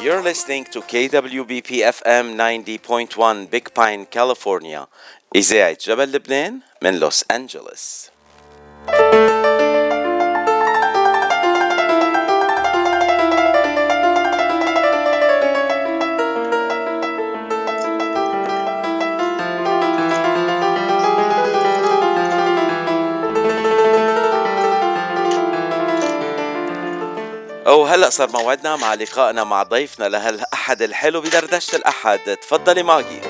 You're listening to KWBP FM 90.1 Big Pine, California. إذاعة جبل لبنان من لوس أنجلوس. وهلأ صار موعدنا مع لقائنا مع ضيفنا لهالأحد الحلو بدردشة الأحد. تفضلي ماجي.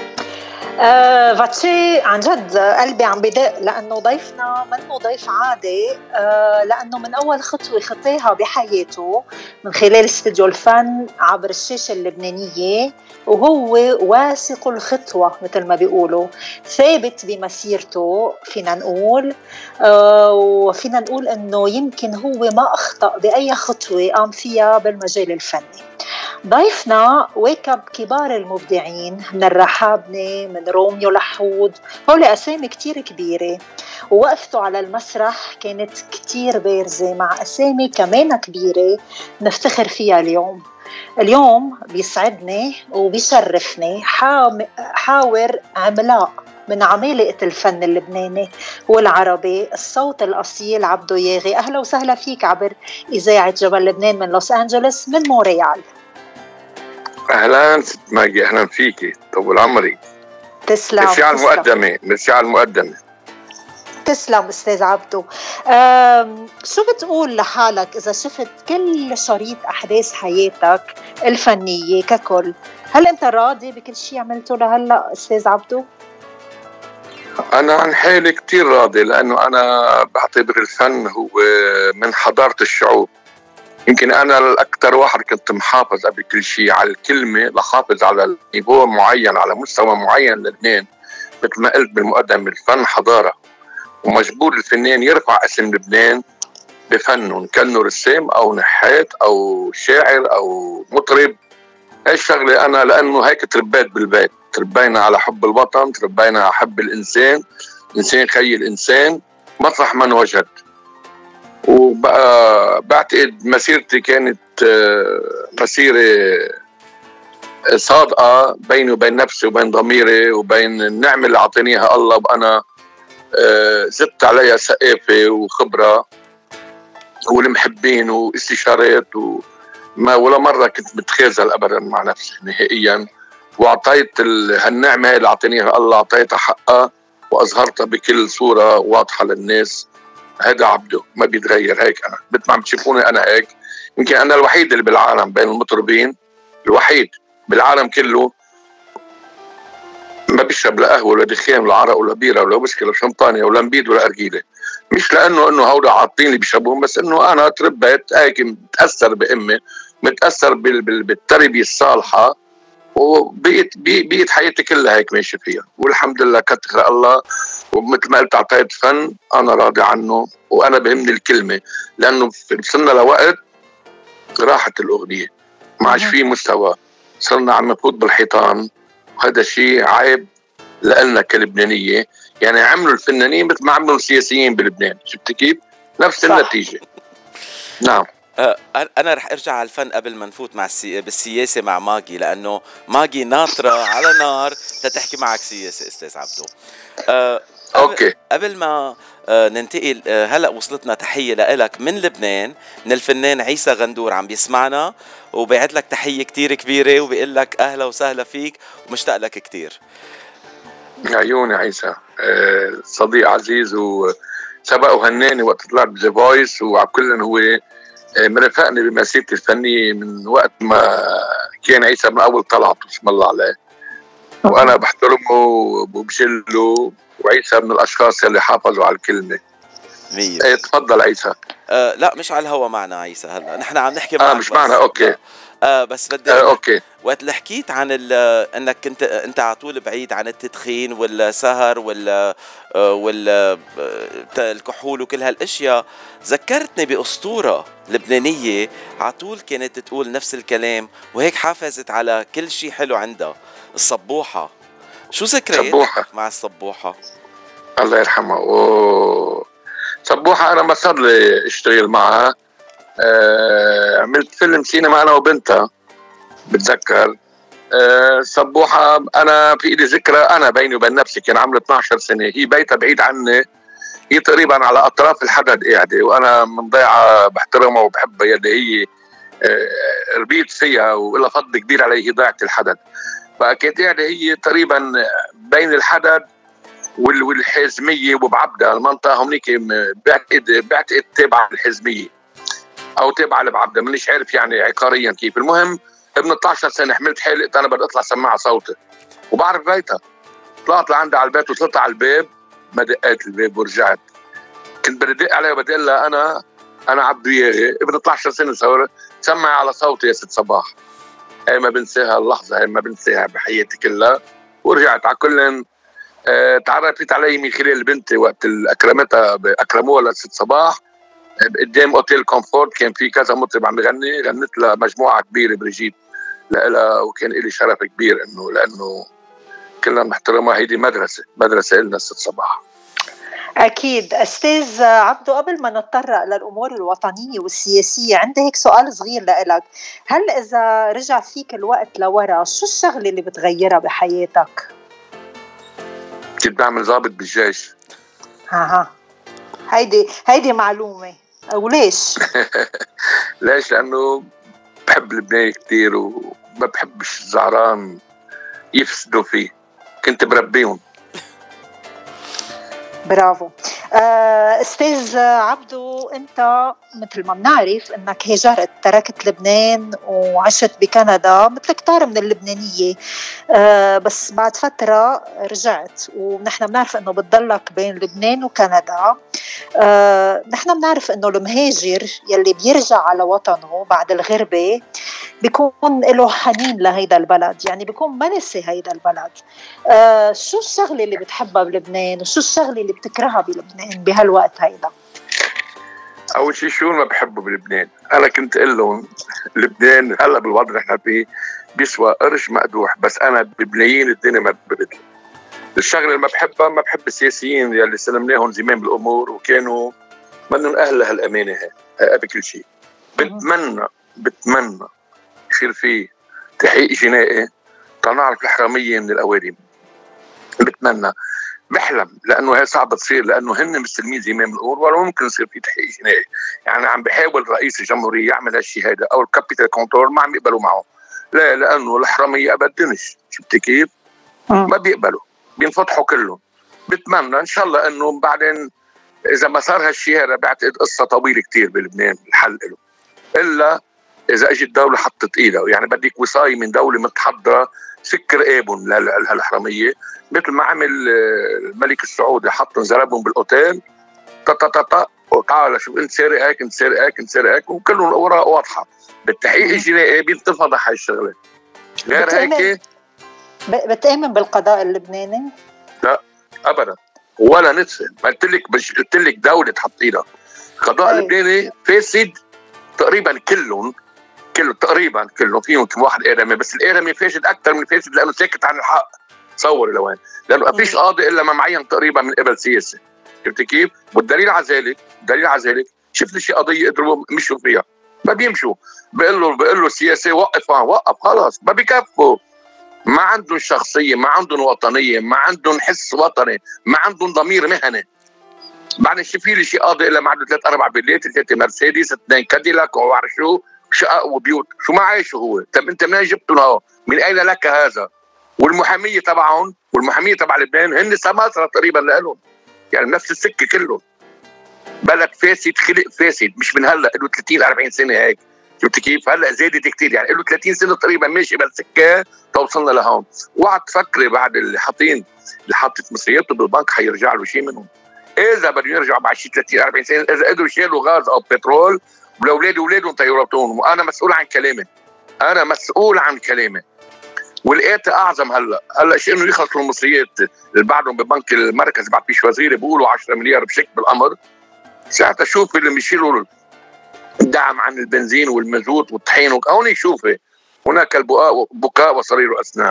فاتشي، عن جد قلبي عم بدق لأنه ضيفنا منه ضيف عادي، لأنه من أول خطوة خطيها بحياته من خلال استوديو الفن عبر الشاشة اللبنانية، وهو واثق الخطوة مثل ما بيقولوا، ثابت بمسيرته. فينا نقول وفينا نقول أنه يمكن هو ما أخطأ بأي خطوة قام فيها بالمجال الفني. ضيفنا واكب كبار المبدعين من الرحابنة، من روميو لحود، هول أسامي كتير كبيرة، ووقفته على المسرح كانت كتير بارزة مع أسامي كمان كبيرة نفتخر فيها اليوم بيسعدني وبيشرفني حاور عملاق من عمالقة الفن اللبناني والعربي، الصوت الأصيل عبدو ياغي. أهلا وسهلا فيك عبر إذاعة جبل لبنان من لوس أنجلوس من مونريال. أهلا ست ماجي، أهلا فيكي طول عمري. تسلم. ميرسي على المقدمة. تسلم أستاذ عبدو. شو بتقول لحالك إذا شفت كل شريط أحداث حياتك الفنية ككل؟ هل أنت راضي بكل شيء عملته لهلأ أستاذ عبدو؟ أنا عن حالي كتير راضي، لأنه أنا بعتبر الفن هو من حضارة الشعوب. يمكن أنا الأكثر واحد كنت محافظ قبل كل شيء على الكلمة، لحافظ على نيفو معين، على مستوى معين للبنان. مثل ما قلت بالمقدمة، الفن حضارة، ومجبور الفنان يرفع اسم لبنان بفنه، كأنه رسام أو نحات أو شاعر أو مطرب. هاي الشغلة أنا لأنه هيك تربيت بالبيت، تربينا على حب الوطن، تربينا على حب الإنسان خي الإنسان مطرح ما انوجد. وبقى بعتقد مسيرتي كانت مسيرة صادقة بيني وبين نفسي وبين ضميري وبين النعمة اللي عطينيها الله، وأنا زدت عليها ثقافة وخبرة والمحبين واستشارات، وما ولا مرة كنت متخاذل أبدا مع نفسي نهائيا. وأعطيت هالنعمة اللي عطينيها الله، أعطيتها حقها وأظهرتها بكل صورة واضحة للناس. هذا عبده ما بيتغير، هيك أنا مثل ما عم تشوفوني أنا هيك. يمكن أنا الوحيد اللي بالعالم بين المطربين، الوحيد بالعالم كله ما بيشرب لا قهوة ولا دخان ولا عرق ولا بيرة ولا ويسكي ولا شمبانيا ولا نبيد ولا أرجيلة. مش لأنه هودا عاطين اللي بيشربوهم، بس إنه أنا تربيت هيك، متأثر بأمي، متأثر بالتربية الصالحة، وبقيت حياتي كلها هيك ماشي فيها، والحمد لله كتر الله. ومثل ما قلت أعطيت فن أنا راضي عنه، وأنا بهمني الكلمة، لأنه وصلنا لوقت راحت الأغنية، ما عادش فيه مستوى، صرنا عم نفوت بالحيطان، وهذا شيء عيب لنا كلبنانية. يعني عملوا الفنانين مثل ما عملوا السياسيين بلبنان، شفت كيف؟ نفس صح. النتيجة. نعم. أنا رح أرجع على الفن قبل ما نفوت بالسياسة مع ماجي، لأنه ماجي ناطرة على نار تتحكي معك سياسة أستاذ عبدو. أوكي. قبل ما ننتقل، هلأ وصلتنا تحية لإلك من لبنان، من الفنان عيسى غندور، عم بيسمعنا وبيعد لك تحية كتير كبيرة وبيقول لك أهلا وسهلا فيك ومشتاق لك كتير. عيوني عيسى، صديق عزيز، وسبق وهناني وقت طلعت بذا فويس، وعكلن هو مرافقني بمسيرتي الفنية من وقت ما كان عيسى من أول طلعت، بسم الله عليه، وأنا بحترمه وبجله، وعيسى من الأشخاص اللي حافظوا على الكلمة. تفضل عيسى. لا مش على الهوا معنا عيسى، هلا نحن عم نحكي معك. مش معنا. أوكي. بس بدي أوكي. وقت اللي حكيت عن انك انت على طول بعيد عن التدخين والسهر والكحول وكل هالاشياء، ذكرتني بأسطورة لبنانية على طول كانت تقول نفس الكلام، وهيك حافظت على كل شيء حلو عندها، الصبوحة. شو ذكرياتك مع الصبوحة؟ الله يرحمها. صبوحة أنا ما صار لي اشتغل معها. عملت فيلم سينما أنا وبنتها، بتذكر سبوحة. أنا في إيدي ذكرى، أنا بيني وبين نفسي كان عمري 12 سنة، هي بيتها بعيد عني، هي تقريبا على أطراف الحدد قاعدة، وأنا من ضيعة بحترمها وبحبها، يلي هي ربيت فيها وإلا فضل كبير علي، هي ضيعة الحدد. فكانت قاعدة هي تقريبا بين الحدد والحزمية وبعبدة، المنطقة هونيك بعتقد تابعة الحزمية أو تابعة لبعبدة، مانيش عارف يعني عقاريا كيف. المهم ابن 12 سنة حملت حالي، قلت أنا بدي أطلع سماعة صوتي وبعرف بيتها. طلعت لعندها على البيت وطلعت على الباب، ما دقيت الباب ورجعت. كنت بدي أدق عليها وبدي أقول لها أنا عبد ياغي ابن 12 سنة صورة، سمعي على صوتي يا ست صباح. هاي ما بنساها اللحظة، هاي ما بنساها بحياتي كلها. ورجعت على كل تعرفت علي من خلال بنتي وقت أكرموها لست صباح قدام اوتيل كومفورت، كان في كذا مطرب عم يغني، غنت لها مجموعة كبيرة بريجيت لها، وكان لي شرف كبير لأنه كلنا نحترمها. هيدي مدرسة إلنا ست صباح. أكيد. أستاذ عبدو، قبل ما نتطرق للأمور الوطنية والسياسية، عندي هيك سؤال صغير لإلك. هل إذا رجع فيك الوقت لورا، شو الشغلة اللي بتغيرها بحياتك؟ كنت بعمل ضابط بالجيش. هيدي معلومة. وليش؟ ليش؟ لأنه بحب لبنان كتير وما بحبش الزعران يفسدوا فيه، كنت بربيهم. برافو. أستاذ عبدو، أنت مثل ما بنعرف أنك هاجرت، تركت لبنان وعشت بكندا مثل كتار من اللبنانية، بس بعد فترة رجعت، ونحن بنعرف أنه بتضلك بين لبنان وكندا. نحن بنعرف أنه المهاجر يلي بيرجع على وطنه بعد الغربة بيكون له حنين لهيدا البلد، يعني بيكون منسي هيدا البلد. شو الشغلة اللي بتحبها بلبنان وشو الشغلة اللي بتكرهها بلبنان بهالوقت هيدا؟ أول شيء شو ما بحبه بلبنان، أنا كنت أقول لهم لبنان هلا بالوضع اللي احنا فيه بيسوى قرش مقدوح، بس أنا ببنيين الدنيا ما ببدل. الشغلة اللي ما بحبها، ما بحب السياسيين يلي سلمناهم زمام بالأمور وكانوا منهم أهل هالأمانة هاي بكل شيء. بتمنى يصير في تحقيق جنائي تنعرف الحرامية من الأوادم. بتمنى، بحلم، لأنه هي صعبة تصير، لأنه هن مستلمين زمام الأمور ولا ممكن يصير في تحقيق جنائي. يعني عم بحاول رئيس الجمهورية يعمل هالشيء هذا أو الكابيتال كنترول، ما عم يقبلوا معه. لا، لأنه الحرامية أبدنش، شفتي كيف؟ ما بيقبلوا، بينفتحوا كلهم. بتمنى إن شاء الله إنه بعدين إذا ما صار هالشيء هذا، بعتقد قصة طويلة كتير بلبنان الحل له، إلا إذا أجت دولة حطت إيدها. يعني بديك وصاية من دولة متحضرة سكر قابن للحرامية، مثل ما عمل الملك السعودي، حطهم زربهم بالأوتيل وتعال شوف انت سارق هيك، انت سارق هيك، انت سارق هيك، وكلهم الأوراق واضحة. بالتحقيق الجنائي بينتفضح هاي الشغلة. غير هيك بتآمن بالقضاء اللبناني؟ لا أبدا، ولا نتفه. ما قلت لك دولة تحط إيدها. القضاء اللبناني فاسد تقريبا كلهم تقريبا كلهم، فيهم كم واحد آدمي، بس الآدمي فاسد أكثر من فاسد لأنه ساكت عن الحق. تصور لوين؟ لأنه ما فيش قاضي إلا ما معين تقريبا من قبل سياسي. شفت كيف؟ والدليل على ذلك شفت لي شي قضية قدروا مشوا فيها، ما بيمشوا. بقول له السياسي وقف خلاص، ما بيكفوا. ما عندهم شخصية، ما عندهم وطنية، ما عندهم حس وطني، ما عندهم ضمير مهني. بعد شوفي لي شي قاضي إلا ما عنده 3-4 فيلات، 3 مرسيدس، 2 كاديلاك وبعرف شو، شقق وبيوت. شو ما عايشه هو؟ طب انت منين جبتهم؟ من اين لك هذا؟ والمحاميه تبعهم والمحاميه تبع لبنان هن سماسره تقريبا لهم، يعني نفس السكه كلهم. بلد فاسد، خلق فاسد، مش من هلا، له 30-40 سنه هيك. شفت كيف؟ هلا زادت كثير، يعني له 30 سنه تقريبا ماشي بالسكه توصلنا لهون. وقعد تفكري بعد اللي حطت مصرياته بالبنك حيرجع له شيء منهم؟ اذا بدهم يرجعوا بعد شي 30-40 سنه، اذا قدروا يشيلوا غاز او بترول ولاولادهم طياراتهم، وانا مسؤول عن كلامي. والآتي اعظم هلا شيء انه يخلصوا المصريات اللي بعدهم ببنك المركز، بعد فيش وزير بيقولوا 10 مليار بشكل بالقمر. ساعتها شوف اللي بيشيلوا الدعم عن البنزين والمازوت والطحين، هون شوفي هناك البكاء وصرير اسنان.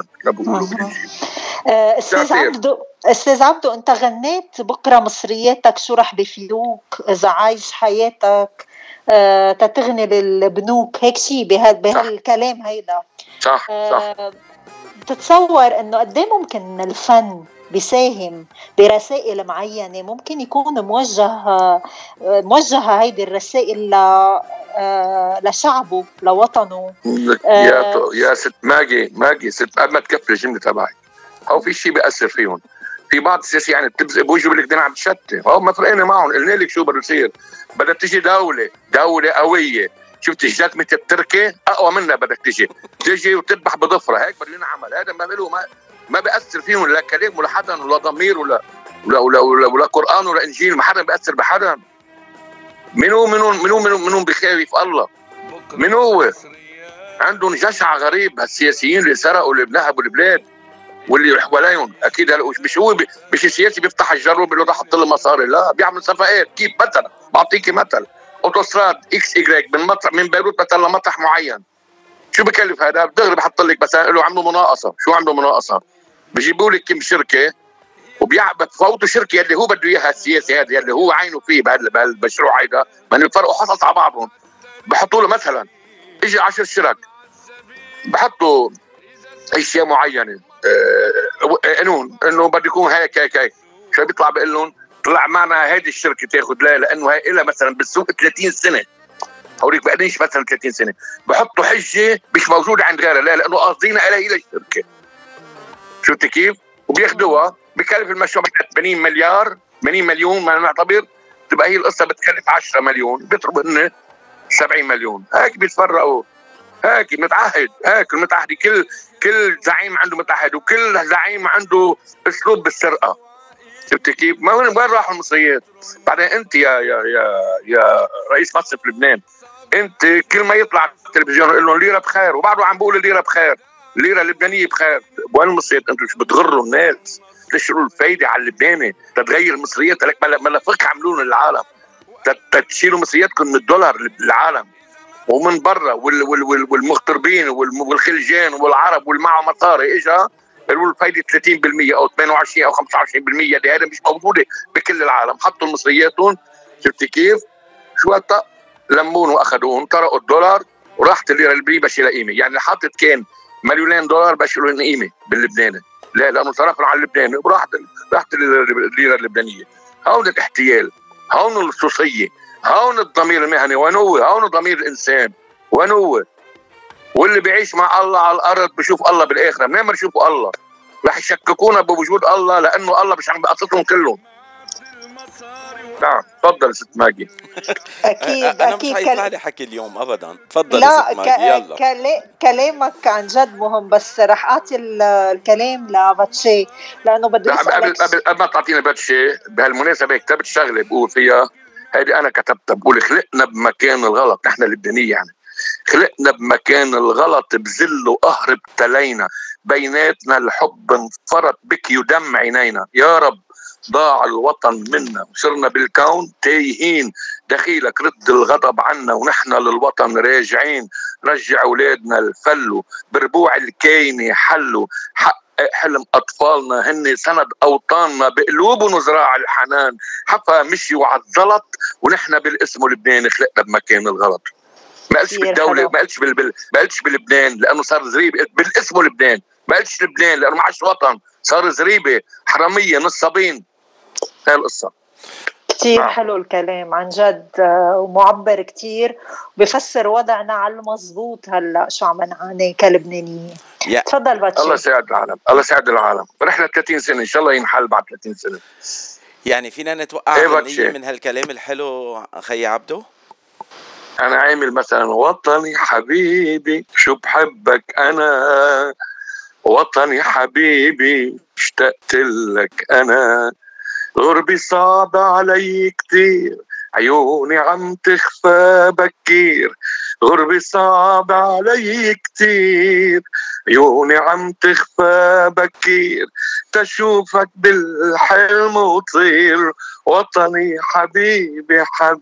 استاذ عبدو، انت غنيت بكره مصرياتك شو رح بفيدوك اذا عايش حياتك تتغني للبنوك، هيك شيء بهالكلام هيدا. صح. بتتصور انه قد ايه ممكن الفن بيساهم برسائل معينة، ممكن يكون موجهة هيدي الرسائل لشعبه، لوطنه. يا ست ماجي ست قبل ما تكفي الجملة تبعك، أو في شيء بيأثر فيهم. في بعض السياسيين يعني بتبزق بوجهه بيقول لك دين عم تشتي، هو ما فرقنا معهم. قلنا لك شو بده يصير، بدها تجي دولة قوية. شفت الجاتمة التركي أقوى منها، بدك تجي وتذبح بضفرة، هيك بده ينعمل. هذا ما بيأثر فيهم لا كلام ولا حدا ولا ضمير ولا قرآن ولا إنجيل. ما حدا بيأثر بحدا. منو بخايف الله؟ من هو؟ عندهم جشع غريب هالسياسيين اللي سرقوا اللي بنهبوا البلاد واللي حواليهم. اكيد مش هو مش السياسي بيفتح الجرو بيقول له ده حط له مصاري، لا، بيعمل صفقات. كيف؟ مثلا بعطيكي مثل، اوتوستراد اكس ايجريك من بيروت مثلا لمطرح معين، شو بكلف هذا؟ دغري بحط لك مثلا له عملوا مناقصه. شو عملوا مناقصه؟ بجيبوا لك كم شركه بفوتوا شركه اللي هو بده اياها السياسي هذا اللي هو عينه فيه بهالمشروع هيدا، ما يفرقوا حصص على بعضهم. بحطوا له مثلا اجي 10 شرك، بحطوا اشياء معينه، قانون انه بده يكون هيك. شو بيطلع؟ بقول لهم طلع معنا هذه الشركه تاخذ لانه هي لها مثلا بالسوق 30 سنه، هوريك بقديش مثلا 30 سنه. بحطوا حجه مش موجوده عند غيرها، لا، لانه قاصدينها الى الشركه. شفت كيف؟ وبياخذوها بكلف المشروع 80 مليون ما نعتبر، تبقى هي القصه بتكلف 10 مليون، بيطلبوا هن 70 مليون. هيك بيتفرقوا، هيك متعهد، كل زعيم عنده متعهد، وكل زعيم عنده اسلوب بالسرقه. شفت كيف؟ ما وين راحوا المصريات؟ بعدين انت يا رئيس مصرف لبنان، انت كل ما يطلع على التلفزيون يقول لهم الليره بخير، وبعده عم بقول الليره بخير، الليره اللبنانيه بخير. وين المصريات؟ انتم شو بتغروا الناس؟ تشروا الفايده على اللبناني تتغير المصريات لك ما فك عملون للعالم، تشيلوا مصرياتكم من الدولار للعالم ومن برا. والمغتربين والخليجين والعرب والمعه مصاري اجا قالوا الفايده 30% او 28 او 25%، اللي هذا مش موجوده بكل العالم. حطوا المصرياتهم، شفت كيف؟ شو طق لمون واخذوهم، طرقوا الدولار وراحت الليره اللبنانيه بشي لها قيمه. يعني حاطط كان مليونين دولار بشي لهم قيمه باللبناني، لا، لانه صرفوا على اللبناني وراحت الليره اللبنانيه. هون الاحتيال، هون اللصوصيه، هون الضمير المهني، وين هو؟ هون ضمير الانسان، وين هو؟ واللي بيعيش مع الله على الارض بشوف الله بالاخره. منين ما يشوفوا الله رح يشككونا بوجود الله، لانه الله مش عم بقصصهم كلهم. نعم، تفضل ست ماجي. اكيد انا مش هيطلع لي حكي اليوم ابدا. تفضل لا، ست ماجي، يلا. كلامك عن جد مهم، بس رح اعطي الكلام لباتشي لانه بدي اسالك. قبل ما تعطيني باتشي، بهالمناسبه كتبت شغله بقول فيها، هيدي انا كتبتها، بقول خلقنا بمكان الغلط. نحن اللبنانيه يعني خلقنا بمكان الغلط، بذل وقهر ابتلينا، بيناتنا الحب انفرط بكي ودم عينينا. يا رب ضاع الوطن منا وصرنا بالكون تايهين، دخيلك رد الغضب عنا ونحن للوطن راجعين. رجع اولادنا الفلو بربوع الكاينه حلوا، حقق حلم اطفالنا هن سند اوطاننا، بقلوبهم زراع الحنان حفا مشي وعالزلط، ونحن بالاسم لبنان خلقنا بمكان الغلط. ما قلتش بالدوله، ما قلتش بلبنان لانه صار زريبه، بالاسم لبنان. ما قلتش لبنان لانه ما عادش وطن، صار زريبه حراميه نصابين. هاي القصه. كتير حلو الكلام عن جد، ومعبر كتير، بفسر وضعنا على المضبوط هلا شو عم نعاني كلبنانيين. تفضل باتشي. الله يساعد العالم، الله يساعد العالم. رحله 30 سنه ان شاء الله ينحل بعد 30 سنه. يعني فينا نتوقع غنية من هالكلام الحلو خي عبدو؟ أنا عامل مثلا وطني حبيبي شو بحبك أنا، وطني حبيبي اشتقت لك أنا، غربي صعب علي كتير عيوني عم تخفى بكير، غربي صعب علي كتير عيوني عم تخفى بكير، تشوفك بالحلم وطير، وطني حبيبي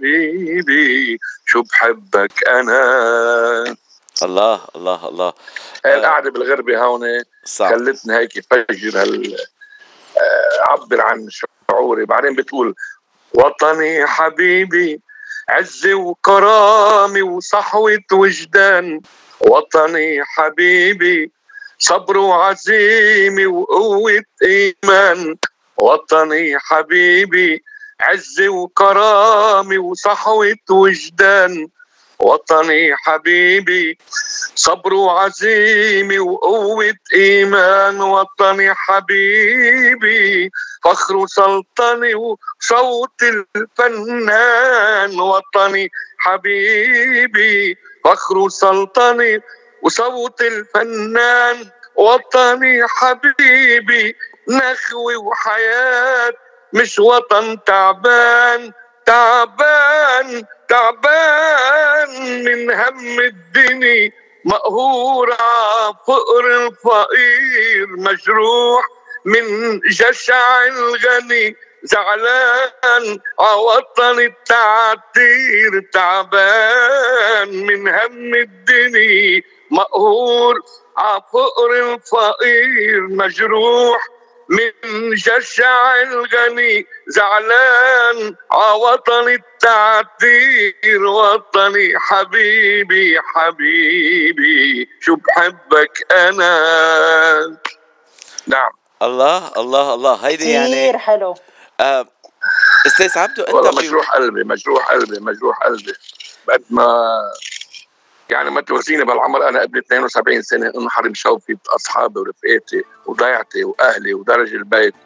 حبيبي شو بحبك أنا. الله الله الله. القعدة بالغربة هون خلتني هيك فجر عبر عن شعوري. بعدين بتقول وطني حبيبي عز وكرامة وصحوة وجدان. وطني حبيبي صبر وعزيمة وقوة إيمان. وطني حبيبي عز وكرامة وصحوة وجدان. وطني حبيبي صبر وعزيمة وقوة إيمان. وطني حبيبي فخر وسلطنة وصوت الفنان. وطني حبيبي فخر وسلطنة وصوت الفنان. وطني حبيبي نخوة وحياة مش وطن تعبان. تعبان تعبان من هم الدنيا مقهور عفقر الفقير. مجروح من جشع الغني زعلان عوطن التعتير. تعبان من هم الدنيا مقهور عفقر الفقير. مجروح من جشع الغني زعلان عوطن التعتير. وطني حبيبي حبيبي شو بحبك أنا. نعم. الله الله الله، هيدي يعني كثير حلو. استاذ عبدو انت والله مجروح قلبي مجروح قلبي مجروح قلبي. بعد ما يعني ما توزيني بالعمر، انا ابني 72 سنه انحرم شوفي اصحابي ورفقاتي وضيعتي واهلي ودرج البيت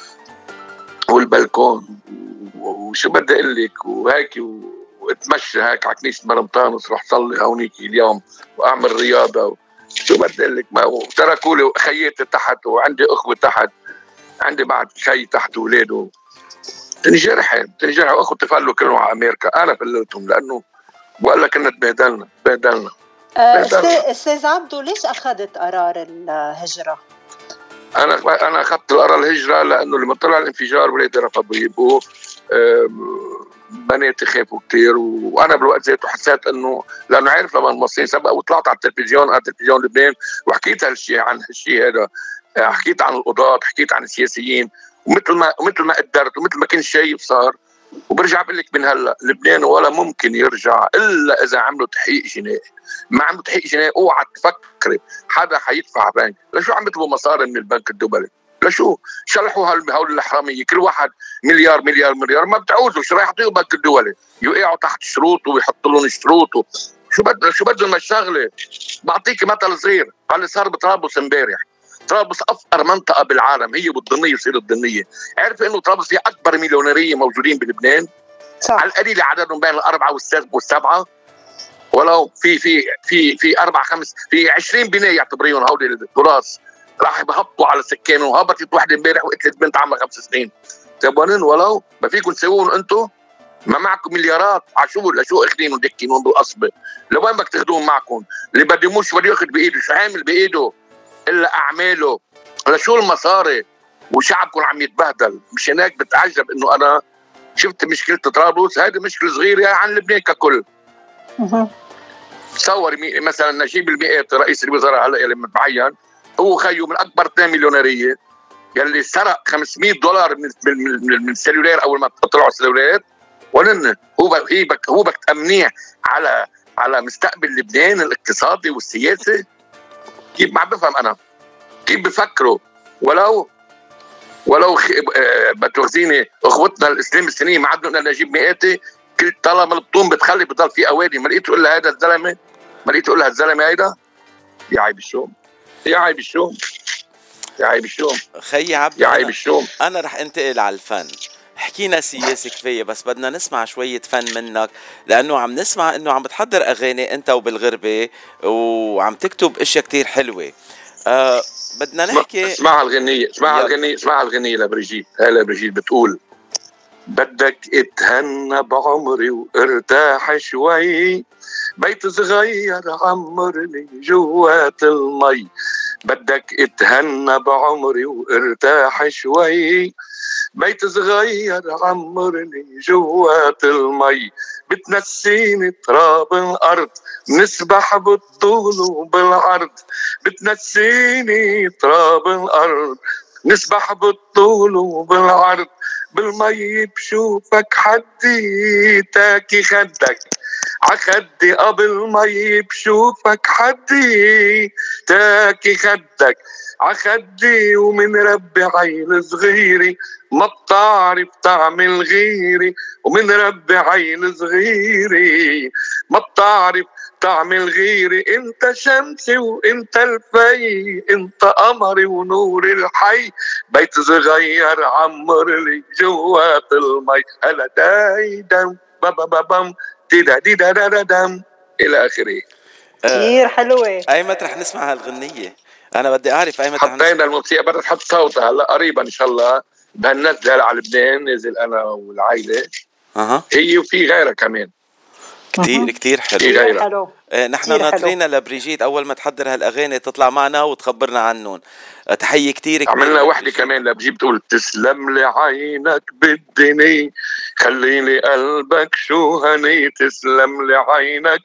والبلكون وشو بدي اقول لك وهيك واتمشى هيك على كنيسه مرمطانس، رح صلي هونيك اليوم واعمل رياضه شو بدي اقول لك. تركوا لي خياتي تحت وعندي اخوه تحت، عندي بعد شي تحت اولاده تنجرحوا واخو تفلوا كلهم على امريكا. انا فلتهم لانه بقول لك انه تبهدلنا. استاذ عبدو ليش اخذت قرار الهجره؟ انا اخذت القرار الهجره لانه لما طلع الانفجار ولادي رفضوا يبقوا، بناتي خافوا كتير، وانا بالوقت ذاته حسيت انه لانه عارف لما المصريين سبق وطلعت على تلفزيون لبنان وحكيت هالشيء عن هالشيء هذا، حكيت عن القضاة، حكيت عن السياسيين، ومثل ما قدرت ومثل ما كنت شايف صار. وبرجع بقول لك من هلا لبنان ولا ممكن يرجع الا اذا عملوا تحقيق جنائي. ما عملوا تحقيق جنائي اوعى تفكري حدا حيدفع بنك. لشو عم يطلبوا مصاري من البنك الدولي؟ لشو شلحوا هول الحراميه كل واحد مليار ما بتعوزوا. شو راح يعطيهم البنك الدولي؟ يوقعوا تحت شروط ويحطوا لهم شروط شو بدهم الشغله. بعطيك مثل صغير على اللي صار بطرابلس امبارح. طرابلس افقر منطقه بالعالم هي والضنيه وسير الضنيه. عرف انه طرابلس فيها اكبر مليونيريه موجودين بلبنان؟ صح. على القليل عددهم بين الاربعه والسبعه، ولو في 4 5 في 20 بنايه يعتبريهم هودي التراث راح يهبطوا على سكانهم. وهبطت وحده امبارح وقتلت بنت عمرها 5 سنين. تبونين ولو ما فيكم تسوون انتم؟ ما معكم مليارات لشو اخذينهم دكينهم بالقصبه؟ لوين بدك تاخذوهم معكم؟ اللي بده يموت بده ياخذ بايده، شو عامل بايده الا اعماله؟ لشو المصاري؟ وشعبكم عم يتبهدل. مش هناك بتعجب انه انا شفت مشكله طرابلس، هذه مشكله صغيره عن لبنان ككل. تصور مثلا نجيب المئات رئيس الوزراء هلا اللي متعين هو خيو من اكبر 2 مليونيريه يلي سرق $500 من السلولار اول ما طلعوا السلولارات. ولن هو بك تأمنيه على مستقبل لبنان الاقتصادي والسياسي. كيف ما بفهم انا كيف بفكروا؟ ولو بتوخزيني اخوتنا الاسلام السنيه ما عندنا نجيب مئاتي كل طالما البطون بتخلي بضل في اوادي. ما لقيت تقول لها هذا الزلمه، ما لقيت تقول لها الزلمه هيدا. يا عيب الشوم خي عبد. يا عيب الشوم. انا رح انتقل على الفن. حكينا سياسي كفايه، بس بدنا نسمع شويه فن منك، لانه عم نسمع انه عم بتحضر اغاني انت وبالغربه وعم تكتب اشياء كتير حلوه. بدنا نحكي. اسمعها الغنية لبريجيت. هلا بريجيت بتقول: بدك اتهنى بعمري وارتاح شوي، بيت صغير عمرني جوات المي. بدك اتهنى بعمري وارتاح شوي، بيت صغير عمرني جوات المي. بتنسيني تراب الارض نسبح بالطول وبالعرض. بتنسيني تراب الارض نسبح بالطول وبالعرض. بالمي بشوفك حدي تاكي خدك عخدي بالمي بشوفك حدي تاكي خدك عخدي ومن ربي عيل صغيري ما بتعرف تعمل غيري ومن ربي عيل صغيري ما بتعرف تعمل غيري انت شمسي وانت الفي انت قمري ونور الحي بيت صغير عمر لي جوات المي هلا دايدم بابا بابام ديدا ديدا دادا دم الى اخره. كتير حلوة. اي متى رح نسمع هالغنية؟ انا بدي اعرف اي متى حطينا الموسيقى بدها تحط صوتها هلا قريبا ان شاء الله بهالنزل هلا على لبنان نزل انا والعائله. هي وفي غيرها كمان كتير حلو. كتير حلو. نحن ناطرينا لبريجيت اول ما تحضر هالاغاني تطلع معنا وتخبرنا عنهم. تحية كتير عملنا وحده كمان لبجيب تقول تسلم لي عينك بالدني خلي لي قلبك شو هني تسلم لي عينك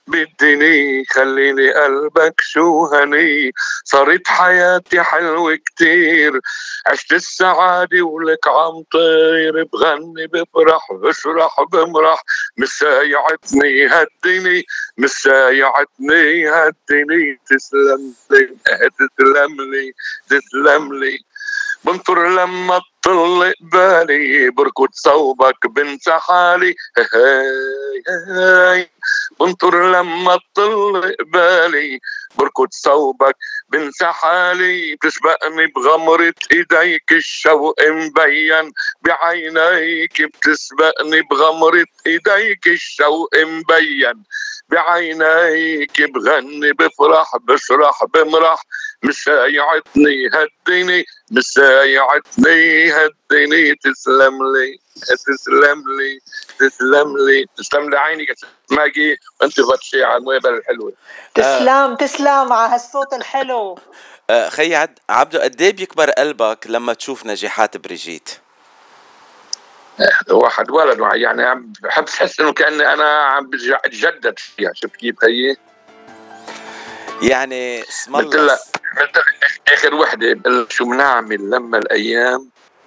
بالدني خلي لي قلبك شو هني صارت حياتي حلوة كتير عشت السعادة ولك عم طير بغني بفرح بشرح بمرح مسايعتني هالدني مسايعتني هالدني تسلم لي تسلم لي تسلم لي بنطر لما تطل قبالي بركض صوبك بنسى حالي هاي هاي بنطر لما تطل قبالي بركض صوبك بنسى حالي بتسبقني بغمرة ايديك الشوق مبين بعينيك بتسبقني بغمرة ايديك الشوق مبين بعينيك بغني بفرح بشرح بمرح مسايعتني هديني مسايعتني هديني تسلم لي تسلم لي تسلم لي تسلم لي عينك ماجي وانت فتشي على المويه الحلوه. تسلم على هالصوت الحلو. خي عبدو قد ايه بيكبر قلبك لما تشوف نجاحات بريجيت؟ واحد ولد يعني عم بحب احس انه كاني انا عم بتجدد فيها. شفت كيف هي؟ يعني اسم الله اخر وحده شو بنعمل لما الايام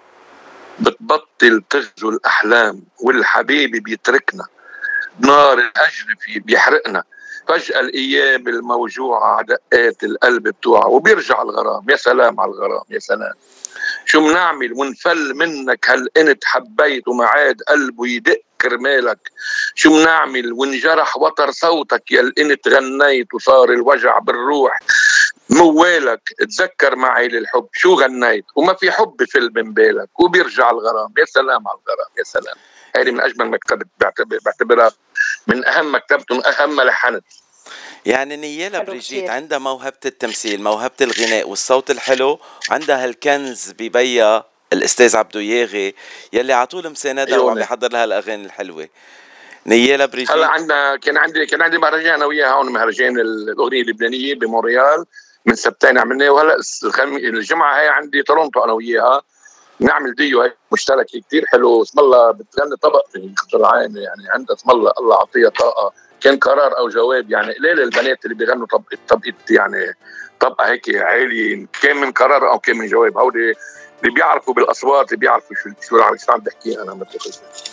بتبطل تغزو الاحلام والحبيب بيتركنا نار الاجر فيه بيحرقنا فجأة الايام الموجوعة دقات القلب بتوعها وبيرجع الغرام. يا سلام على الغرام يا سلام. شو بنعمل ونفل منك هالقنت حبيت ومعاد قلبه يدق كرمالك. شو بنعمل ونجرح وتر صوتك يا القنت غنيت وصار الوجع بالروح موالك. تذكر معي للحب شو غنيت وما في حب فل من بالك وبيرجع الغرام. يا سلام على الغرام يا سلام. هذه من اجمل مكتبة بعتبرها من اهم مكتبتهم اهم لحنت. يعني نيالا بريجيت عندها موهبة التمثيل موهبة الغناء والصوت الحلو عندها هالكنز ببيا الأستاذ عبدو ياغي يلي عطول مساندها وعم يحضر لها الأغاني الحلوة. نيالا بريجيت هلا عندنا كان عندي مهرجان انا وياها هون مهرجان الاغنيه اللبنانيه بمونريال من سبتين عملناه وهلا الجمعه هي عندي تورونتو انا وياها نعمل ديو هيك مشترك كتير حلو. اسم الله بتغني طبق في خطر عين يعني عندها اسم الله الله عطيها طاقه. كان قرار او جواب يعني قليل البنات اللي بيغنوا طبقه يعني طبقه هيك عالي كان من قرار او كان من جواب. هودي اللي بيعرفوا بالاصوات اللي بيعرفوا شو عم بحكي انا مثل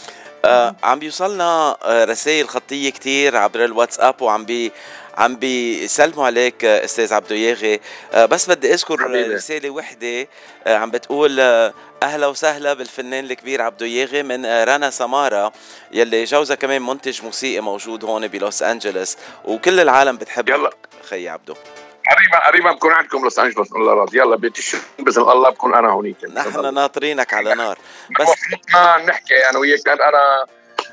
عم بيوصلنا رسائل خطيه كتير عبر الواتساب عم بيسلموا عليك استاذ عبدو ياغي. بس بدي اذكر رساله وحده عم بتقول اهلا وسهلا بالفنان الكبير عبدو ياغي من رنا سمارة يلي جوزها كمان منتج موسيقي موجود هون بلوس انجلوس وكل العالم بتحبك خي عبدو. قريبا بكون عندكم لوس انجلوس الله راضي. يلا بتشرف باذن الله بكون انا هونيك. نحن ناطرينك على نار. بس ما نحكي انا وياك انا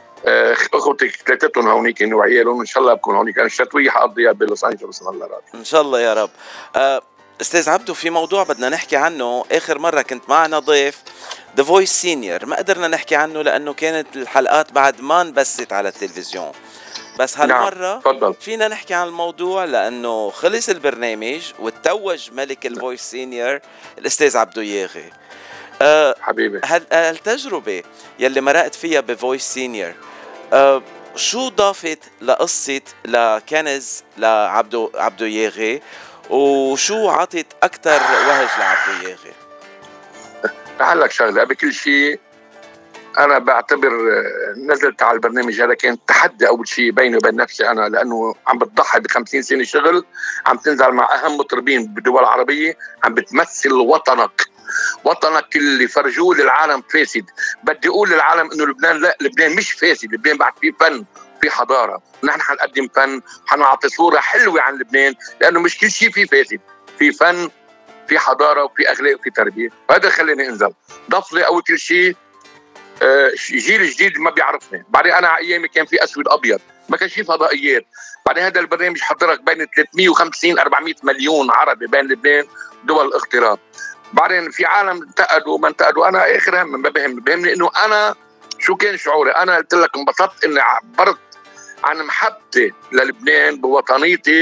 اخوتي ثلاثتهم هونيك وعيالهم ان شاء الله بكون هونيك. انا الشتويه حقضيها بلوس انجلوس الله راضي ان شاء الله يا رب. استاذ عبدو في موضوع بدنا نحكي عنه. اخر مره كنت معنا ضيف The Voice Senior ما قدرنا نحكي عنه لانه كانت الحلقات بعد ما انبثت على التلفزيون. بس هالمرة فينا نحكي عن الموضوع لأنه خلص البرنامج وتوج ملك الفويس سينيور الأستاذ عبدو ياغي. حبيبي هالتجربة يلي مرقت فيها بفويس سينيور شو ضافت لقصة لكنز لعبدو ياغي وشو عطت أكتر وهج لعبدو ياغي؟ لعلك شغلة قبل كل شيء انا بعتبر نزلت على البرنامج هذا كان تحدي اول شيء بيني وبين نفسي انا، لانه عم بتضحي ب50 سنه شغل، عم تنزل مع اهم مطربين بالدول العربيه، عم بتمثل وطنك اللي فرجوه للعالم فاسد. بدي اقول للعالم انه لبنان لا، لبنان مش فاسد، لبنان بعد فيه فن، في حضاره، ونحن حنقدم فن، حنعطي صوره حلوه عن لبنان، لانه مش كل شيء فيه فاسد، في فن، في حضاره، وفي اخلاق، وفي تربيه. وهذا خليني انزل ضف لي اول كل شيء جيل جديد ما بيعرفني. بعدين انا ايامي كان في اسود ابيض، ما كان في فضائيات. بعدين هذا البرنامج حضرك بين 350 400 مليون عربي بين لبنان ودول الاغتراب. بعدين في عالم انتقدوا وما انتقدوا، انا اخر هم ما بهمني انه انا شو كان شعوري. انا قلت لك انبسطت اني عبرت عن محبتي للبنان بوطنيتي،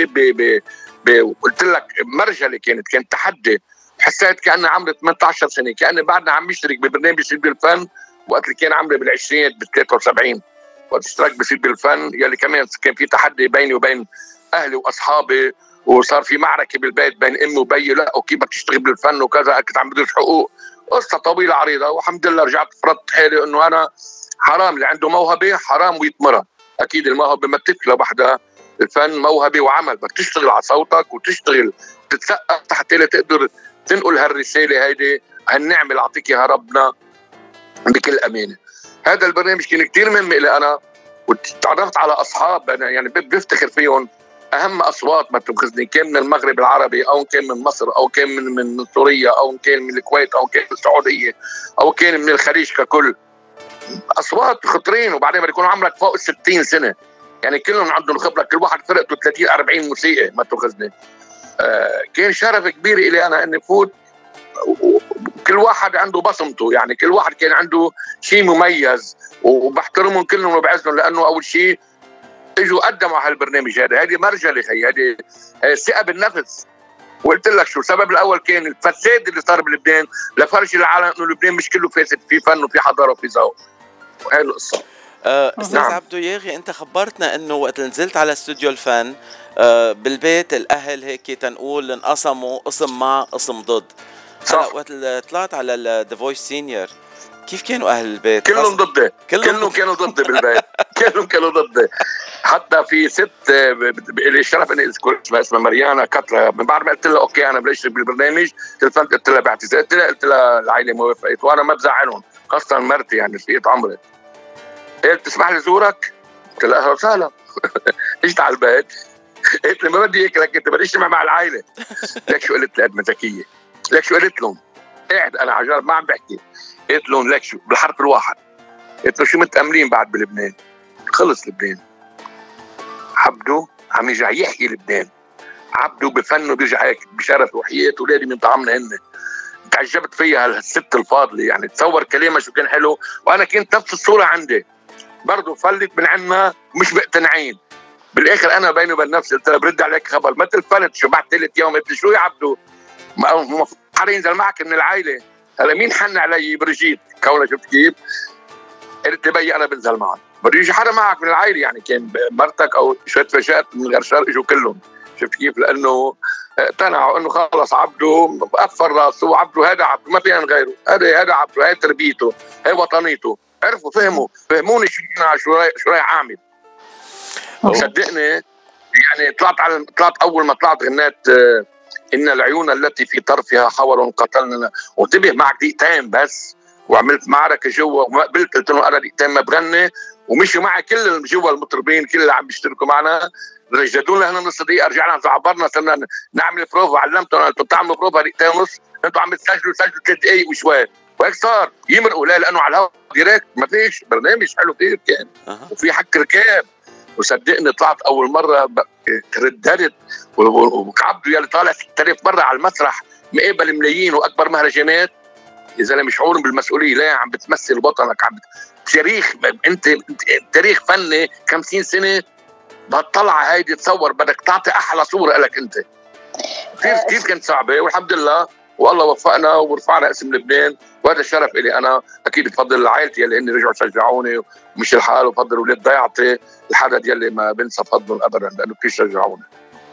قلت لك مرجلي كانت تحدي. حسيت كأني عمري 18 سنه، كأني بعدنا عم بشترك ببرنامج سيد بالفن وقت اللي كان عمري بالعشرينات ب73، وقت اشترك بسيد بالفن يلي كمان كان في تحدي بيني وبين اهلي واصحابي، وصار في معركه بالبيت بين امي وبيي، لا وكيف بدك تشتغل بالفن وكذا، كنت عم بدرس حقوق، قصه طويله عريضه. والحمد لله رجعت فرضت حالي انه انا حرام اللي عنده موهبه حرام ويتمرن. اكيد الموهبه ما بتكفي لوحدها، الفن موهبه وعمل، بدك تشتغل على صوتك وتشتغل تتثقف حتى تقدر تنقل هالرساله هيدي، هالنعمه اللي اعطيك اياها ربنا بكل امانه. هذا البرنامج كان كثير مهم لي انا، وتعرفت على اصحاب انا يعني بفتخر فيهم، اهم اصوات ما تنقذني، كان من المغرب العربي او كان من مصر او كان من سوريا او كان من الكويت او كان من السعوديه او كان من الخليج ككل، اصوات خطرين. وبعدين بده يكونوا عمرك فوق 60 سنه، يعني كلهم عندهم خبره، كل واحد فرقته 30 40 موسيقى ما تنقذني. كان شرف كبير لي انا اني فوت، وكل واحد عنده بصمته، يعني كل واحد كان عنده شيء مميز، وبحترمهم كلهم وبعزهم، لانه اول شيء اجوا قدموا على هالبرنامج هذا. هذه مرجله خي، هذه ثقه بالنفس. وقلت لك شو السبب الاول، كان الفساد اللي صار بلبنان لفرج العالم انه لبنان مش كله فاسد، في فن وفي حضاره وفي ذوق. وهي القصه. استاذ نعم. عبدو ياغي، انت خبرتنا انه وقت نزلت على استوديو الفن بالبيت الاهل هيك تنقول انقسموا قسم مع قسم ضد. هلا وقت طلعت على ذا فويس سينيور كيف كانوا اهل البيت؟ كلهم ضدي، كلهم كانوا ضدي بالبيت كلهم كانوا ضدي. حتى في ست اللي شرف اني اذكر اسمها مريانا كترة، من بعد ما قلت لها اوكي انا بلشت بالبرنامج تلفنت قلت لها باعتذار، قلت لها العائله ما وافقت، وانا ما بزعلهم، خاصه مرتي يعني رفيقة عمري. قلت تسمح لي زورك؟ قلت لها اهلا وسهلا. اجت على البيت قلت لي ما بدي هيك، لك انت بدي اجتمع مع العائله. لك شو قلت لها ذكيه، لك شو قلت لهم؟ قاعد انا عجار ما عم بحكي، قلت لهم لك شو بالحرف الواحد، قلت له شو متأملين بعد بلبنان؟ خلص لبنان. عبدو عم يرجع يحيي لبنان، عبدو بفنه بيرجع هيك بشرف وحياة اولادي من طعمنا هن. تعجبت فيها هالست الفاضله، يعني تصور كلامها شو كان حلو، وانا كنت نفس الصوره عندي برضه فلت من عنا مش مقتنعين. بالاخر انا بيني وبين نفسي قلت لها برد عليك خبر، ما تلفنت شو بعد ثالث يوم قلت شو يا عبدو؟ ما حدا ينزل معك من العائله. هلا مين حن علي؟ برجيت كونها، شفت كيف؟ قلت لي بيي انا بنزل معك، بده يجي حدا معك من العائله، يعني كان مرتك او شويه فجات من غرشار اجوا كلهم، شفت كيف؟ لانه اقتنعوا انه خلص عبدو قفل راسه، وعبدو هذا عبدو ما فينا غيره، هذا عبدو، هي تربيته، هي وطنيته. عرفوا فهموني شو رايح اعمل. صدقني يعني طلعت اول ما طلعت غنيت ان العيون التي في طرفها حور قتلنا، وانتبه معك دقيقتين بس، وعملت معركه جوا وما قبلت، قلت لهم انا دقيقتين ما بغني، ومشوا معي كل جوا المطربين كل اللي عم بيشتركوا معنا، رجدوا لنا نص دقيقه، رجعنا عبرنا صرنا نعمل بروفا، علمتهم انتم بتعملوا بروفا دقيقتين ونص، انتم عم تسجلوا 3 دقائق وشوي، وهيك صار يمرقوا. لانه على الهواء ديريكت ما فيش برنامج حلو كثير كان، وفي حك ركاب. وصدقني طلعت اول مره ترددت، وعبدو يلي طالع 6000 مره على المسرح مقابل ملايين واكبر مهرجانات، يا زلمه شعور بالمسؤوليه، لا عم بتمثل وطنك، عم تاريخ، انت تاريخ فني 50 سنه بهالطلعه هيدي، تصور بدك تعطي احلى صوره لك انت. كيف كانت صعبه، والحمد لله والله وفقنا ورفعنا اسم لبنان، وهذا الشرف إلي أنا. أكيد بفضل عائلتي اللي إني رجعوا شجعوني ومش الحال، وفضل ولاد ضيعتي الحدث يلي ما بنسى فضلهم أبدا، لأنه كثير شجعوني.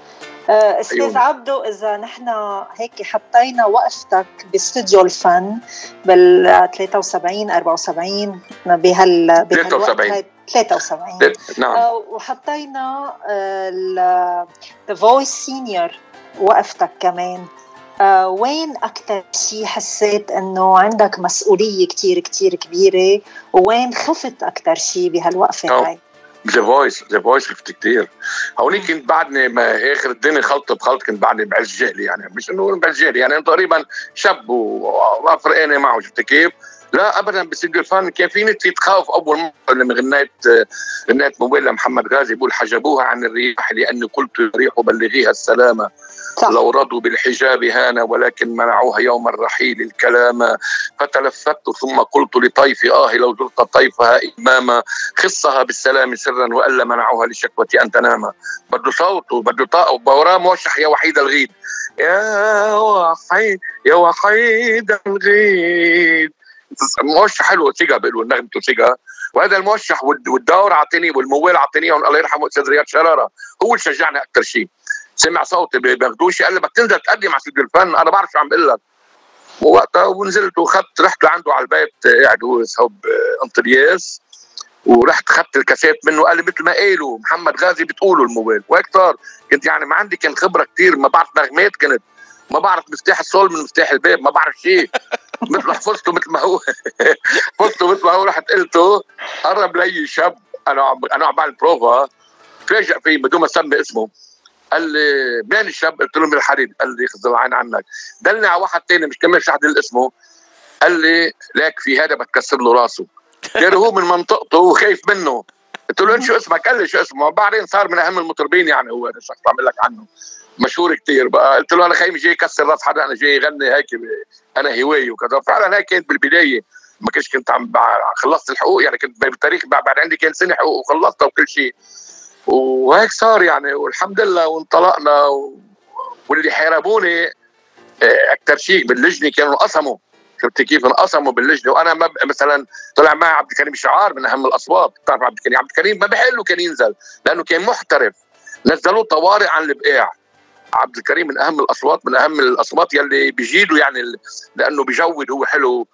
استاذ عبدو، اذا نحن هيك حطينا وقفتك باستوديو الفن بال 73 74 73 نعم، وحطينا ذا فويس سينيور وقفتك كمان، وين أكتر شيء حسيت إنه عندك مسؤولية كتير كتير كبيرة، وين خفت أكتر شيء بهالوقفة هاي؟ ذا فويس خفت كتير. هوني كنت بعدني ما اخر الدنيا خلط بخلط، كنت بعدني بعز جهلي، يعني مش انه بعز جهلي، يعني تقريبا شاب وما فرقاني معه، شفت كيف؟ لا ابدا. باستديو الفن كان فيني تخاف اول مره لما غنيت موبيل لمحمد غازي بقول حجبوها عن الرياح لاني قلت الريح بلغيها السلامه، لو رضوا بالحجاب هانا ولكن منعوها يوم الرحيل الكلام، فتلفت ثم قلت لطيف لو زرت طيفها إماما، خصها بالسلام سرا وألا منعوها لشكوة أن تنام. بده صوت وبده طاقة وبوراه موشح يا وحيد الغيد، يا وحيد الغيد، موشح حلو سيجا بيقولوا نغمته سيجا. وهذا الموشح والدور عطيني والموال عطينيهم الله يرحمه استاذ رياض شراره، هو اللي شجعني اكثر شيء. سمع صوتي بغدوشي قال لي بدك تنزل تقدم على استوديو الفن، انا بعرف شو عم بقول لك. ووقتها ونزلت وخدت، رحت لعنده على البيت، قاعد هو صوب انطرياس، ورحت خدت الكاسيت منه، قال لي مثل ما قالوا محمد غازي بتقولوا الموبايل، وهيك صار. كنت يعني ما عندي كان خبره كثير، ما بعرف نغمات، كنت ما بعرف مفتاح الصول من مفتاح الباب، ما بعرف شيء. مثل حفظته مثل ما هو حفظته مثل ما هو. رحت قلته قرب لي شاب، انا عم بعمل بروفا، فاجئ فيه بدون ما اسمي اسمه، قال لي بين الشاب؟ قلت له من الحديد. قال لي خذ العين عنك، دلني على واحد تاني مش كمان شحد اسمه، قال لي ليك في هذا بتكسر له راسه، كان هو من منطقته وخايف منه. قلت له انت شو اسمك؟ قال لي شو اسمه، بعدين صار من اهم المطربين، يعني هو هذا الشخص بعمل لك عنه مشهور كتير بقى. قلت له انا خايف جاي يكسر راس حدا، انا جاي يغني هيك، انا هوايه وكذا. فعلا هيك كانت بالبدايه، ما كنت عم خلصت الحقوق، يعني كنت بالتاريخ بعد عندي كان سنه حقوق وخلصتها وكل شيء، وهيك صار يعني، والحمد لله وانطلقنا. واللي حاربوني اكثر شيء باللجنه كانوا انقسموا، شفت كيف انقسموا باللجنه. وانا مثلا طلع معي عبد الكريم شعار من اهم الاصوات، بتعرف عبد الكريم ما بحق له كان ينزل لانه كان محترف، نزلوه طوارئ عن البقاع. عبد الكريم من اهم الاصوات يلي بيجيدوا، يعني لانه بيجود، هو حلو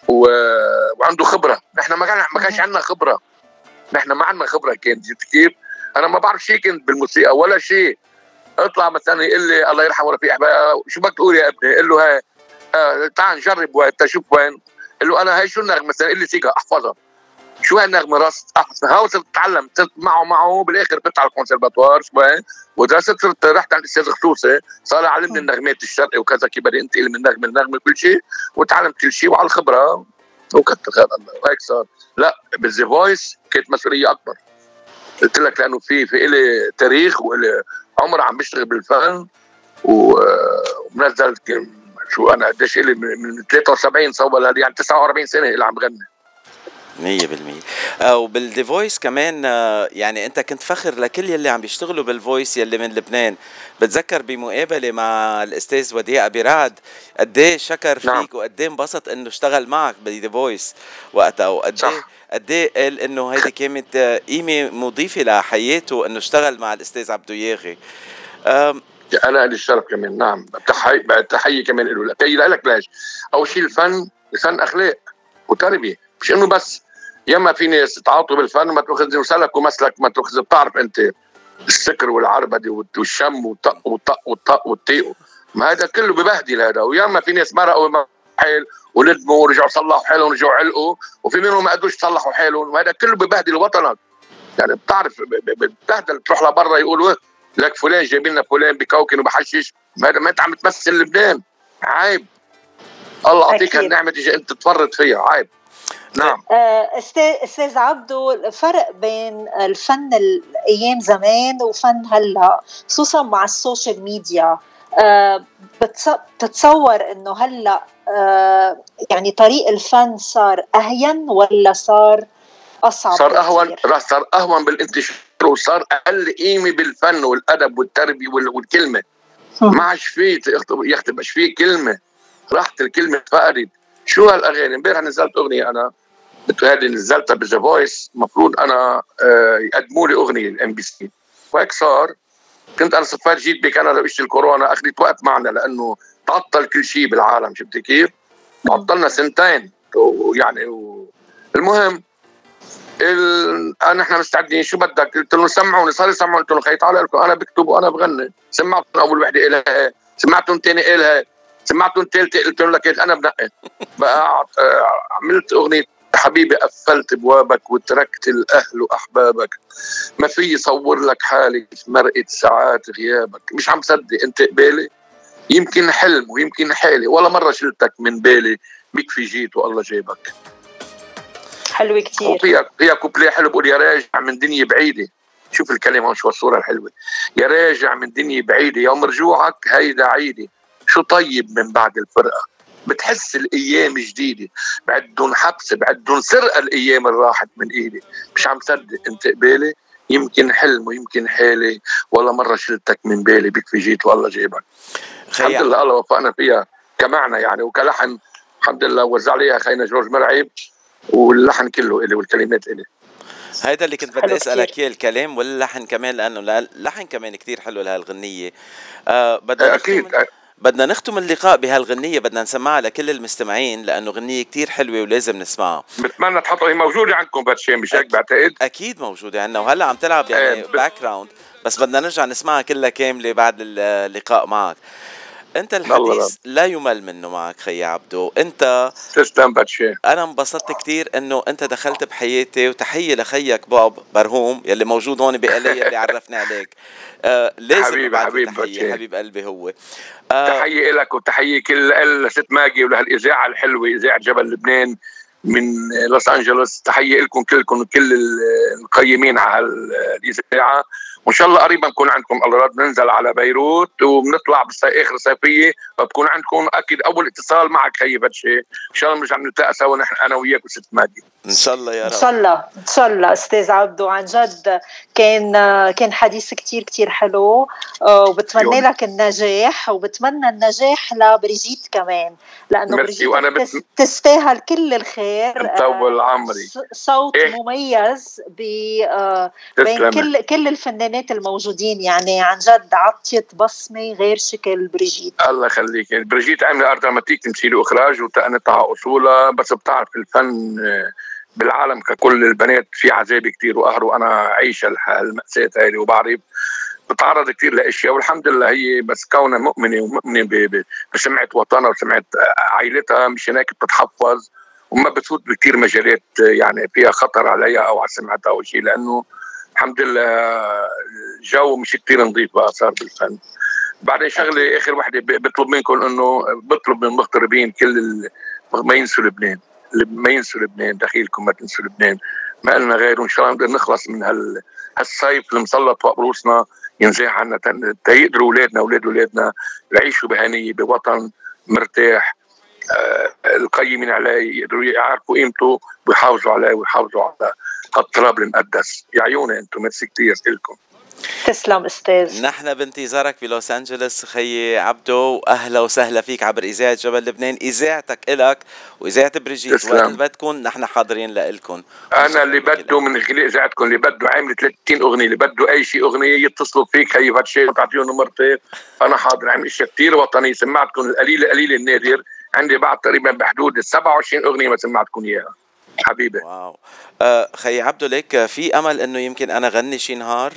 وعنده خبره. نحن ما كانش عندنا خبره، نحن ما عندنا خبره كانت، شفت كيف؟ انا ما بعرف شيء كنت بالموسيقى ولا شيء. اطلع مثلا يقول لي الله يرحمه رفيق شو بدك تقول يا ابني؟ قل له هاي تعال نجرب وانت شوف وين. قل له انا هاي شو النغمه مثلا؟ قل لي سيجا احفظها. شو هالنغمه راس احفظها. هاو صرت اتعلم، صرت معه بالاخر كنت على الكونسرفاتوار شوي، ودرست، صرت رحت عند الاستاذ خصوصي صار علمني النغمات الشرقي وكذا، كيف بدي انتقل من نغمه كل شيء، وتعلمت كل شيء وعلى الخبره وكتر خير الله. وهيك صار. لا بالزي فويس كانت مسؤوليه اكبر، قلت لك، لانه في إلي تاريخ والي عمر عم بشتغل بالفن، ومنزل شو انا قديش إلي من 73 صوب يعني 49 سنه اللي عم بغني 100%. وبالدي فويس كمان، يعني انت كنت فخر لكل يلي عم بيشتغلوا بالفويس يلي من لبنان. بتذكر بمقابله مع الاستاذ وديع ابي رعد قديه شكر نعم. فيك وقديه انبسط انه اشتغل معك بالدي فويس وقتها، وقديه قال انه هيدي كانت قيمه مضيفه لحياته انه اشتغل مع الاستاذ عبدو ياغي. انا لي الشرف كمان. نعم، تحيه كمان له. لك ليش؟ اول شيء الفن اخلاق وتربيه، مش انه بس ياما في ناس تعاطوا بالفن ما تاخذ وسلك ومسلك، ما تاخذ. بتعرف انت السكر والعربده والشم والطق والطيق، ما هذا كله ببهدل هذا. وياما في ناس مرقوا حيل وندموا ورجعوا صلحوا حالهم ورجعوا علقوا، وفي منهم ما قدروش يصلحوا حالهم، وهذا كله ببهدل وطنك. يعني بتعرف بتبهدل، تروح لبرا يقولوا لك فلان جايب لنا فلان بكوكن وبحشش، ما انت عم تمثل لبنان، عيب. الله يعطيك هالنعمه تيجي انت تفرط فيها، عيب. نعم. استاذ عبدو، الفرق بين الفن الايام زمان وفن هلا، خصوصا مع السوشيال ميديا، بتتصور انه هلا يعني طريق الفن صار اهين ولا صار اصعب؟ صار اهون بالانتشار، وصار اقل قيمه بالفن والادب والتربيه والكلمه. ما عادش فيه يختبش فيه كلمه، راحت الكلمه فقدت. شو هالاغاني؟ امبارح نزلت اغنيه انا هذه نزلتها بذا فويس، المفروض انا يقدموا لي اغنيه الام بي سي، وهيك صار. كنت انا صفيت جيت بكندا بإشي الكورونا، اخذت وقت معنا لانه تعطل كل شيء بالعالم. شفتي كيف؟ تعطلنا سنتين يعني المهم نحن مستعدين. شو بدك؟ قلت له سمعوني. صار يسمعوني. قلت له خي تعال لكم انا بكتب وانا بغني. سمعتهم اول وحده الها، سمعتهم ثاني الها، سمعتهم ثالثه. قلت له لك انا بنقي بقى. عملت اغنيه حبيبي قفلت بوابك وتركت الاهل واحبابك، ما في يصور لك حالي في مرقه ساعات غيابك. مش عم صدق انت قبالي، يمكن حلم ويمكن حالي، ولا مره شلتك من بالي، بكفي جيت والله جايبك. حلوة كتير. فيها كوبليه حلو بقول يا راجع من دنيا بعيدة. شوف الكلمة شو الصورة الحلوة. يا راجع من دنيا بعيدة يوم رجوعك هيدا عيدي، شو طيب من بعد الفرقة، بتحس الأيام جديدة، بعدن حبس بعدن سرقة الأيام اللي راحت من إيدي. مش عم صدق أنت قبالي، يمكن حلم ويمكن حالي، ولا مرة شلتك من بالي، بكفي جيت والله جايبك. الحمد لله الله وفقنا فيها كمعنى يعني وكلحن. الحمد لله وزع لي خينا جورج مرعي، واللحن كله إلي والكلمات إلي. هيدا اللي كنت بدي اسالك اياه، الكلام واللحن كمان، لانه اللحن كمان كتير حلو لهالغنيه. بدنا نختم اللقاء بهالغنيه، بدنا نسمعها لكل المستمعين لانه غنيه كتير حلوه ولازم نسمعها. بتمنى تحطها، هي موجوده عندكم باتشي مش هيك بعتقد؟ اكيد موجوده عندنا، وهلا عم تلعب يعني باك جراوند، بس بدنا نرجع نسمعها كلها كامله بعد اللقاء معك. انت الحديث لا يمل منه معك خي عبدو. انت تسلم باتشي. انا انبسطت كتير انه انت دخلت بحياتي، وتحيه لخيك بوب برهوم يلي موجود هون بقلي يلي عرفنا عليك. لازم حبيبي تحيه، حبيب قلبي هو. تحيه لك وتحيه كل ست ماجي ولهالاذاعه الحلوه، اذاعه جبل لبنان من لوس انجلوس. تحيه لكم كلكم وكل القيمين على الاذاعه، وان شاء الله قريبا نكون عندكم الله راد. ننزل على بيروت وبنطلع اخر صيفيه، وبكون عندكم اكيد اول اتصال معك هي باتشي. ان شاء الله بنرجع نلتقى سوا نحن انا وياك وست ماجي ان شاء الله يا رب. ان شاء الله استاذ عبدو، عن جد كان حديث كتير كتير حلو، وبتمنى لك النجاح، وبتمنى النجاح لبريجيت كمان، لانه بريجيت تستاهل كل الخير. طول عمري. صوت مميز بين كل الفنانات الموجودين، يعني عن جد عطيت بصمه غير شكل بريجيت. الله يخليك. بريجيت عامله ارت دراماتيك تمثيل واخراج وتقنتها اصولها، بس بتعرف الفن بالعالم ككل البنات في عذاب كتير وقهر، وانا عايشه المأساة هذه وبعرف بتعرض كتير لاشياء، والحمد لله هي بس كونها مؤمنه بسمعه وطنها وسمعه عائلتها، مش هناك بتتحفظ وما بتفوت بكتير مجالات يعني فيها خطر عليها او على سمعتها او شيء، لانه الحمد لله الجو مش كتير نظيف بقى صار بالفن. بعدين شغله اخر وحده بطلب منكم، انه بطلب من المغتربين كل ما ينسوا لبنان، ما ينسوا لبنان، دخيلكم ما تنسوا لبنان، ما لنا غيره. ان شاء الله نقدر نخلص من هالصيف المسلط فوق رؤوسنا، ينزاح عنا تيقدروا اولادنا يعيشوا بهنيه بوطن مرتاح. القيمين عليه يقدروا يعرفوا قيمته ويحافظوا عليه ويحافظوا على هالتراب المقدس. يا عيوني انتم، ميرسي كتير لكم. تسلم استاذ. نحن بانتظارك بلوس انجلوس خيي عبدو، اهلا وسهلا فيك عبر اذاعه جبل لبنان، اذاعتك الك واذاعه بريجيت، وقت بدكم نحن حاضرين لكم. انا اللي بده من خلال اذاعتكم، اللي بده عامل 30 اغنيه، اللي بده اي شيء اغنيه يتصلوا فيك هي هالشيء وتعطيهم نمرتي، انا حاضر. عامل اشياء كثير وطنيه، سمعتكم القليل النادر، عندي بعد تقريبا بحدود 27 اغنيه ما سمعتكم اياها حبيبي. واو. خي عبدو ليك في امل انه يمكن انا غني شي نهار،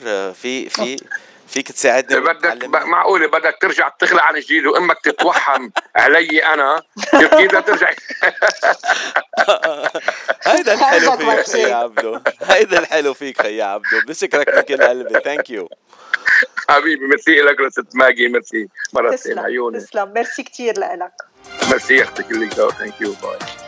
فيك تساعدني؟ بدك معقوله بدك ترجع تخلع عن جديد وامك تتوحم علي انا كيف ترجع؟ هيدا الحلو فيك خي عبدو، هيدا الحلو فيك خي عبدو. بشكرك من كل قلبي. ثانك يو حبيبي. ميرسي لك ست ماجي، ميرسي مرتين عيوني. تسلم، ميرسي كتير لك. ميرسي اختي كلك. ثانك يو. باي.